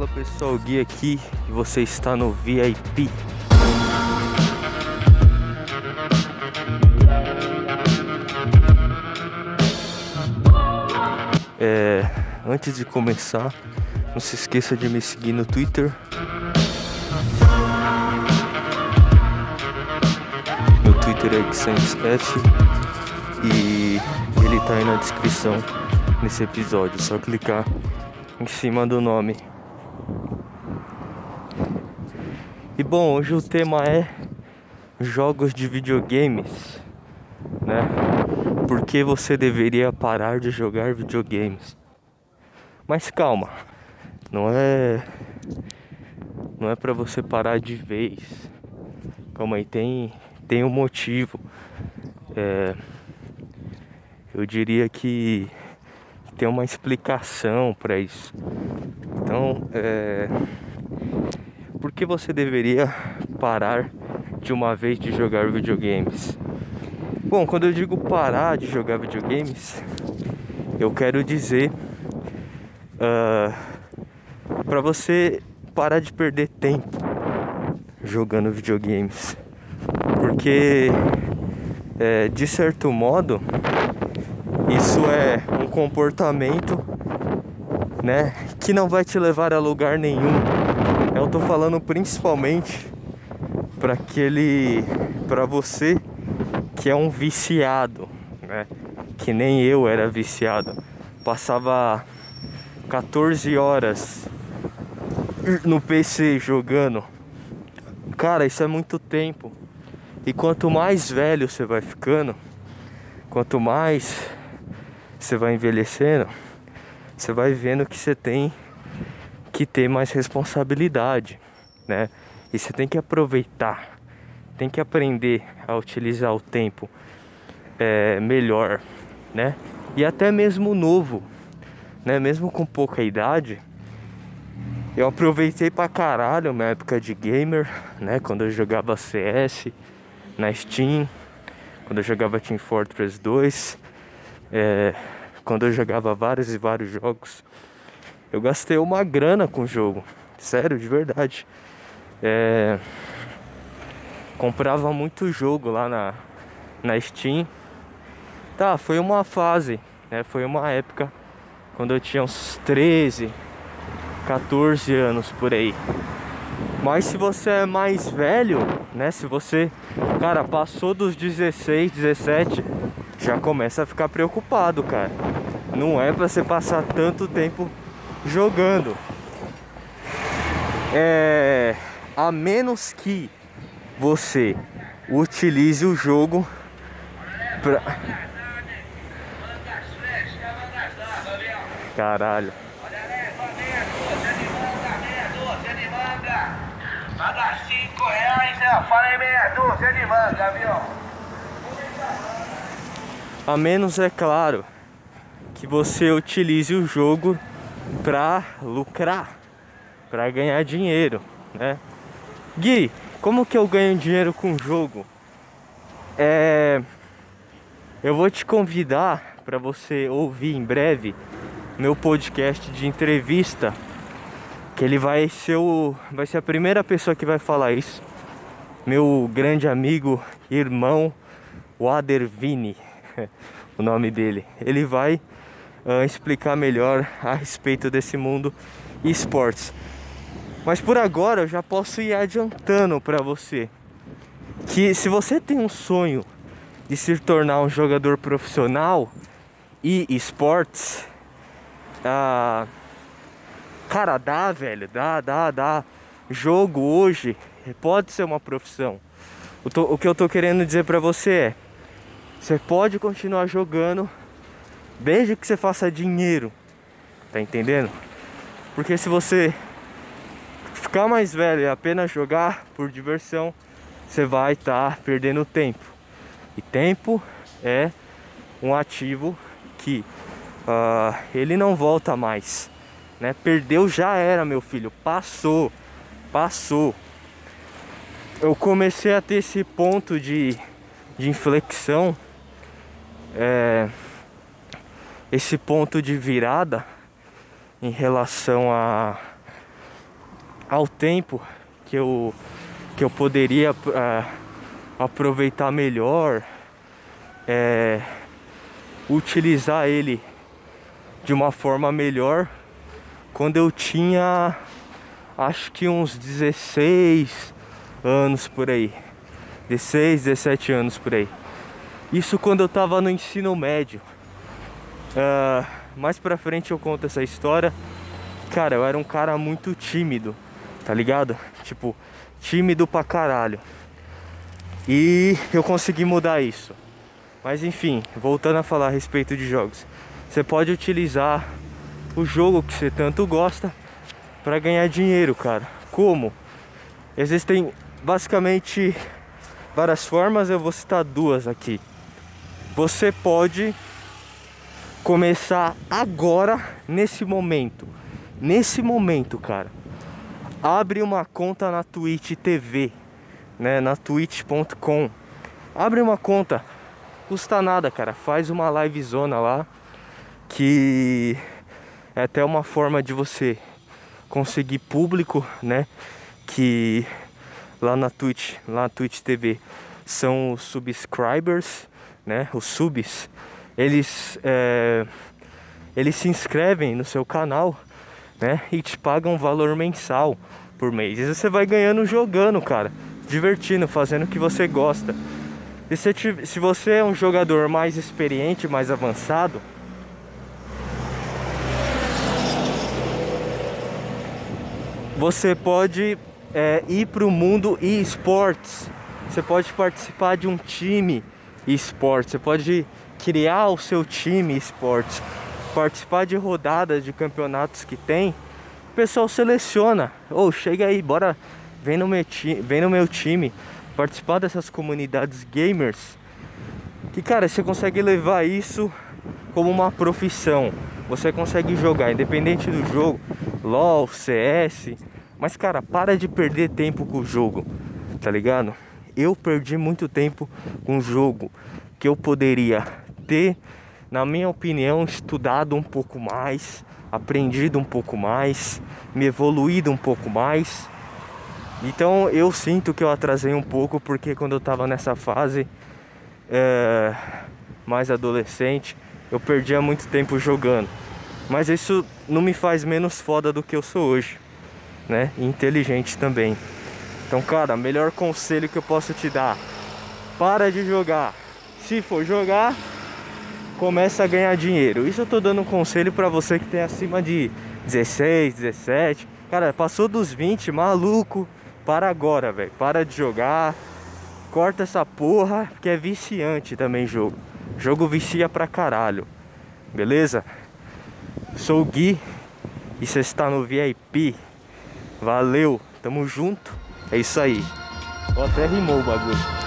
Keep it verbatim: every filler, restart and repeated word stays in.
Fala pessoal, Gui aqui e você está no V I P. É, antes de começar, não se esqueça de me seguir no Twitter. Meu Twitter é XanxF e ele tá aí na descrição nesse episódio. É só clicar em cima do nome. E bom, hoje o tema é jogos de videogames, né? Por que você deveria parar de jogar videogames? Mas calma, não é não é pra você parar de vez. Calma aí, tem tem um motivo. É, eu diria que tem uma explicação pra isso. Então, é, por que você deveria parar de uma vez de jogar videogames? Bom, quando eu digo parar de jogar videogames, eu quero dizer uh, para você parar de perder tempo jogando videogames, porque é, de certo modo isso é um comportamento, né, que não vai te levar a lugar nenhum. Eu tô falando principalmente para aquele, para você que é um viciado, né? Que nem eu era viciado. Passava quatorze horas no P C jogando. Cara, isso é muito tempo. E quanto mais velho você vai ficando, quanto mais você vai envelhecendo, você vai vendo que você tem que ter mais responsabilidade, né? E você tem que aproveitar, tem que aprender a utilizar o tempo é, melhor, né? E até mesmo novo, né? Mesmo com pouca idade, eu aproveitei pra caralho minha época de gamer, né? Quando eu jogava C S na Steam, quando eu jogava Team Fortress dois, é, quando eu jogava vários e vários jogos. Eu gastei uma grana com o jogo, sério, de verdade. É, comprava muito jogo lá na, na Steam. Tá, foi uma fase, né? Foi uma época quando eu tinha uns treze, quatorze anos por aí. Mas se você é mais velho, né? Se você, cara, passou dos dezesseis, dezessete, já começa a ficar preocupado, cara. Não é pra você passar tanto tempo jogando. É... A menos que você utilize o jogo pra... Caralho. Paga cinco reais, né? Fala aí, meia dúzia de manga, viu? A menos, é claro, que você utilize o jogo pra lucrar, pra ganhar dinheiro, né? Gui, como que eu ganho dinheiro com o jogo? É... Eu vou te convidar para você ouvir em breve meu podcast de entrevista, que ele vai ser o vai ser a primeira pessoa que vai falar isso. Meu grande amigo, irmão, Wader Vini, o nome dele. Ele vai uh, explicar melhor a respeito desse mundo esportes. Mas por agora eu já posso ir adiantando para você que se você tem um sonho de se tornar um jogador profissional e esportes, ah, cara, dá, velho, dá, dá, dá. Jogo hoje pode ser uma profissão. O, tô, o que eu tô querendo dizer pra você é: você pode continuar jogando desde que você faça dinheiro, tá entendendo? Porque se você ficar mais velho e apenas jogar por diversão, você vai estar tá perdendo tempo. E tempo é um ativo que uh, ele não volta mais, né? Perdeu, já era, meu filho. Passou, passou. Eu comecei a ter esse ponto de, de inflexão, é, esse ponto de virada em relação a ao tempo que eu, que eu poderia uh, aproveitar melhor, é, utilizar ele de uma forma melhor quando eu tinha, acho que uns dezesseis anos por aí, dezesseis, dezessete anos por aí. Isso quando eu tava no ensino médio. Uh, mais pra frente eu conto essa história. Cara, eu era um cara muito tímido, tá ligado? Tipo, tímido pra caralho. E eu consegui mudar isso. Mas enfim, voltando a falar a respeito de jogos, você pode utilizar o jogo que você tanto gosta pra ganhar dinheiro, cara. Como? Existem basicamente várias formas, eu vou citar duas aqui. Você pode começar agora, nesse momento. Nesse momento, cara. Abre uma conta na Twitch T V, né? Na twitch ponto com. Abre uma conta. Custa nada, cara. Faz uma livezona lá. Que é até uma forma de você conseguir público, né? Que lá na Twitch, lá na Twitch T V, são os subscribers, né? Os subs. Eles, é, eles se inscrevem no seu canal, né? E te pagam um valor mensal por mês. E você vai ganhando jogando, cara. Divertindo, fazendo o que você gosta. E se, se você é um jogador mais experiente, mais avançado, você pode é, ir para o mundo e-sports. Você pode participar de um time e-sports. Você pode criar o seu time e-sports. Participar de rodadas de campeonatos que tem. O pessoal seleciona. Ô, oh, chega aí, bora. Vem no meu, ti vem no meu time. Participar dessas comunidades gamers. Que, cara, você consegue levar isso como uma profissão. Você consegue jogar, independente do jogo. LOL, C S. Mas, cara, para de perder tempo com o jogo, tá ligado? Eu perdi muito tempo com o jogo que eu poderia ter, na minha opinião, estudado um pouco mais, aprendido um pouco mais, me evoluído um pouco mais. Então eu sinto que eu atrasei um pouco, porque quando eu tava nessa fase é, mais adolescente, eu perdia muito tempo jogando. Mas isso não me faz menos foda do que eu sou hoje, né? E inteligente também. Então, cara, melhor conselho que eu posso te dar: para de jogar. Se for jogar, começa a ganhar dinheiro. Isso eu tô dando um conselho pra você que tem acima de dezesseis, dezessete. Cara, passou dos vinte, maluco. Para agora, velho. Para de jogar. Corta essa porra, que é viciante também jogo. Jogo vicia pra caralho. Beleza? Sou o Gui e você está no V I P. Valeu, tamo junto. É isso aí. Ó, até rimou o bagulho.